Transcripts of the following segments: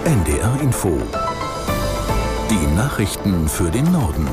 NDR Info. Die Nachrichten für den Norden.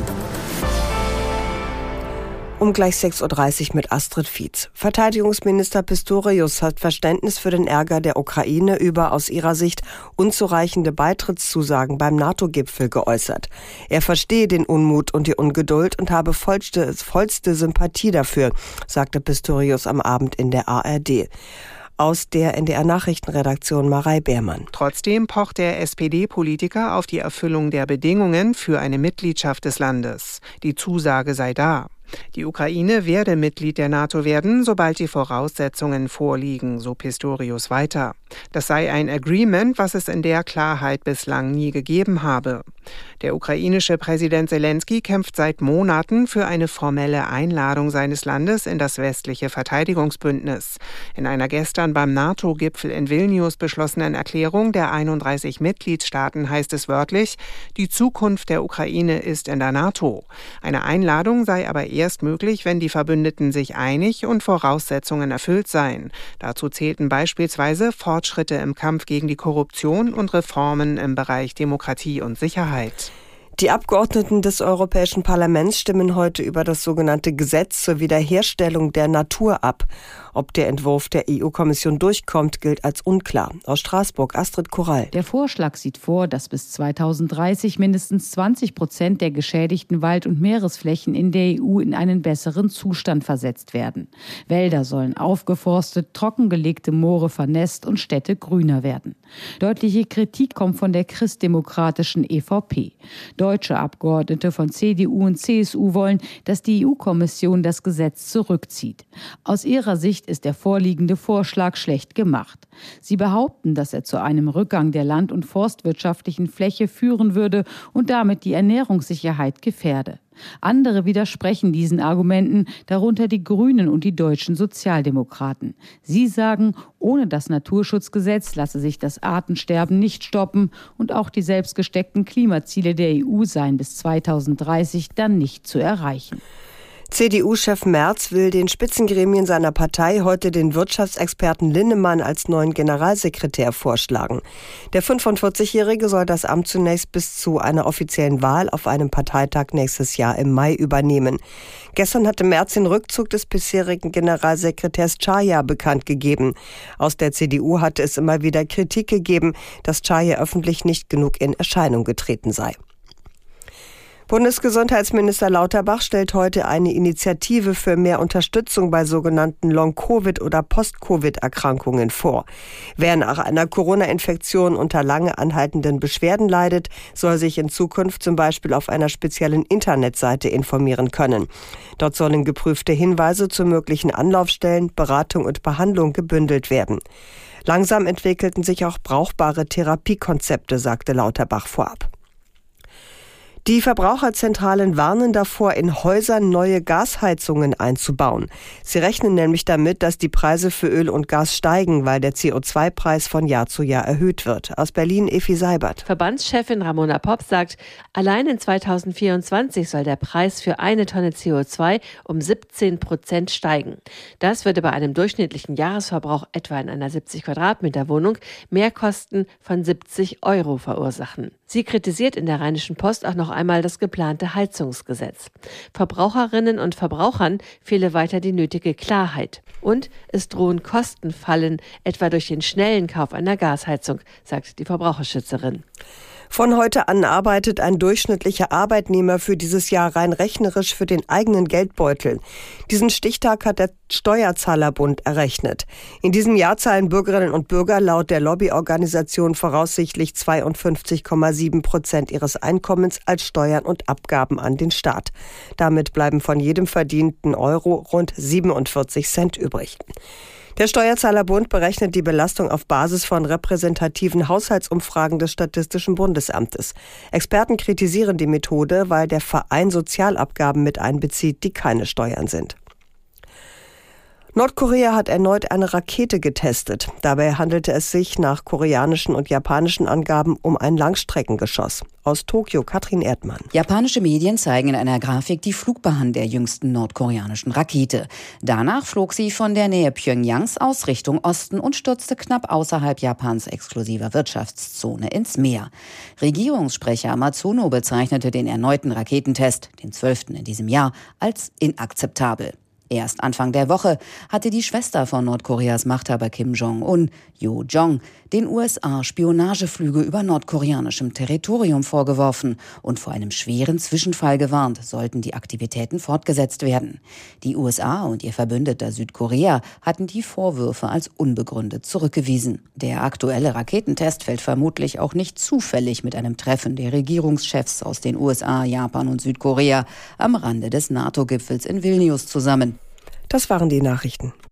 Um gleich 6.30 Uhr mit Astrid Fietz. Verteidigungsminister Pistorius hat Verständnis für den Ärger der Ukraine über aus ihrer Sicht unzureichende Beitrittszusagen beim NATO-Gipfel geäußert. Er verstehe den Unmut und die Ungeduld und habe vollste Sympathie dafür, sagte Pistorius am Abend in der ARD. Aus der NDR-Nachrichtenredaktion Marei Beermann. Trotzdem pocht der SPD-Politiker auf die Erfüllung der Bedingungen für eine Mitgliedschaft des Landes. Die Zusage sei da. Die Ukraine werde Mitglied der NATO werden, sobald die Voraussetzungen vorliegen, so Pistorius weiter. Das sei ein Agreement, was es in der Klarheit bislang nie gegeben habe. Der ukrainische Präsident Selenskyj kämpft seit Monaten für eine formelle Einladung seines Landes in das westliche Verteidigungsbündnis. In einer gestern beim NATO-Gipfel in Vilnius beschlossenen Erklärung der 31 Mitgliedstaaten heißt es wörtlich, die Zukunft der Ukraine ist in der NATO. Eine Einladung sei aber erst möglich, wenn die Verbündeten sich einig und Voraussetzungen erfüllt seien. Dazu zählten beispielsweise Fortschritte im Kampf gegen die Korruption und Reformen im Bereich Demokratie und Sicherheit. Die Abgeordneten des Europäischen Parlaments stimmen heute über das sogenannte Gesetz zur Wiederherstellung der Natur ab. Ob der Entwurf der EU-Kommission durchkommt, gilt als unklar. Aus Straßburg, Astrid Korall. Der Vorschlag sieht vor, dass bis 2030 mindestens 20% der geschädigten Wald- und Meeresflächen in der EU in einen besseren Zustand versetzt werden. Wälder sollen aufgeforstet, trockengelegte Moore vernässt und Städte grüner werden. Deutliche Kritik kommt von der christdemokratischen EVP. Deutsche Abgeordnete von CDU und CSU wollen, dass die EU-Kommission das Gesetz zurückzieht. Aus ihrer Sicht ist der vorliegende Vorschlag schlecht gemacht. Sie behaupten, dass er zu einem Rückgang der land- und forstwirtschaftlichen Fläche führen würde und damit die Ernährungssicherheit gefährde. Andere widersprechen diesen Argumenten, darunter die Grünen und die deutschen Sozialdemokraten. Sie sagen, ohne das Naturschutzgesetz lasse sich das Artensterben nicht stoppen und auch die selbst gesteckten Klimaziele der EU seien bis 2030 dann nicht zu erreichen. CDU-Chef Merz will den Spitzengremien seiner Partei heute den Wirtschaftsexperten Linnemann als neuen Generalsekretär vorschlagen. Der 45-Jährige soll das Amt zunächst bis zu einer offiziellen Wahl auf einem Parteitag nächstes Jahr im Mai übernehmen. Gestern hatte Merz den Rückzug des bisherigen Generalsekretärs Czaja bekannt gegeben. Aus der CDU hatte es immer wieder Kritik gegeben, dass Czaja öffentlich nicht genug in Erscheinung getreten sei. Bundesgesundheitsminister Lauterbach stellt heute eine Initiative für mehr Unterstützung bei sogenannten Long-Covid- oder Post-Covid-Erkrankungen vor. Wer nach einer Corona-Infektion unter lange anhaltenden Beschwerden leidet, soll sich in Zukunft zum Beispiel auf einer speziellen Internetseite informieren können. Dort sollen geprüfte Hinweise zu möglichen Anlaufstellen, Beratung und Behandlung gebündelt werden. Langsam entwickelten sich auch brauchbare Therapiekonzepte, sagte Lauterbach vorab. Die Verbraucherzentralen warnen davor, in Häusern neue Gasheizungen einzubauen. Sie rechnen nämlich damit, dass die Preise für Öl und Gas steigen, weil der CO2-Preis von Jahr zu Jahr erhöht wird. Aus Berlin, Effi Seibert. Verbandschefin Ramona Popp sagt, allein in 2024 soll der Preis für eine Tonne CO2 um 17% steigen. Das würde bei einem durchschnittlichen Jahresverbrauch etwa in einer 70 Quadratmeter Wohnung Mehrkosten von 70 € verursachen. Sie kritisiert in der Rheinischen Post auch noch einmal das geplante Heizungsgesetz. Verbraucherinnen und Verbrauchern fehle weiter die nötige Klarheit. Und es drohen Kostenfallen, etwa durch den schnellen Kauf einer Gasheizung, sagt die Verbraucherschützerin. Von heute an arbeitet ein durchschnittlicher Arbeitnehmer für dieses Jahr rein rechnerisch für den eigenen Geldbeutel. Diesen Stichtag hat der Steuerzahlerbund errechnet. In diesem Jahr zahlen Bürgerinnen und Bürger laut der Lobbyorganisation voraussichtlich 52,7% ihres Einkommens als Steuern und Abgaben an den Staat. Damit bleiben von jedem verdienten Euro rund 47 Cent übrig. Der Steuerzahlerbund berechnet die Belastung auf Basis von repräsentativen Haushaltsumfragen des Statistischen Bundesamtes. Experten kritisieren die Methode, weil der Verein Sozialabgaben mit einbezieht, die keine Steuern sind. Nordkorea hat erneut eine Rakete getestet. Dabei handelte es sich nach koreanischen und japanischen Angaben um ein Langstreckengeschoss. Aus Tokio, Katrin Erdmann. Japanische Medien zeigen in einer Grafik die Flugbahn der jüngsten nordkoreanischen Rakete. Danach flog sie von der Nähe Pjöngjangs aus Richtung Osten und stürzte knapp außerhalb Japans exklusiver Wirtschaftszone ins Meer. Regierungssprecher Matsuno bezeichnete den erneuten Raketentest, den 12. in diesem Jahr, als inakzeptabel. Erst Anfang der Woche hatte die Schwester von Nordkoreas Machthaber Kim Jong-un, Jo Jong, den USA Spionageflüge über nordkoreanischem Territorium vorgeworfen und vor einem schweren Zwischenfall gewarnt, sollten die Aktivitäten fortgesetzt werden. Die USA und ihr Verbündeter Südkorea hatten die Vorwürfe als unbegründet zurückgewiesen. Der aktuelle Raketentest fällt vermutlich auch nicht zufällig mit einem Treffen der Regierungschefs aus den USA, Japan und Südkorea am Rande des NATO-Gipfels in Vilnius zusammen. Das waren die Nachrichten.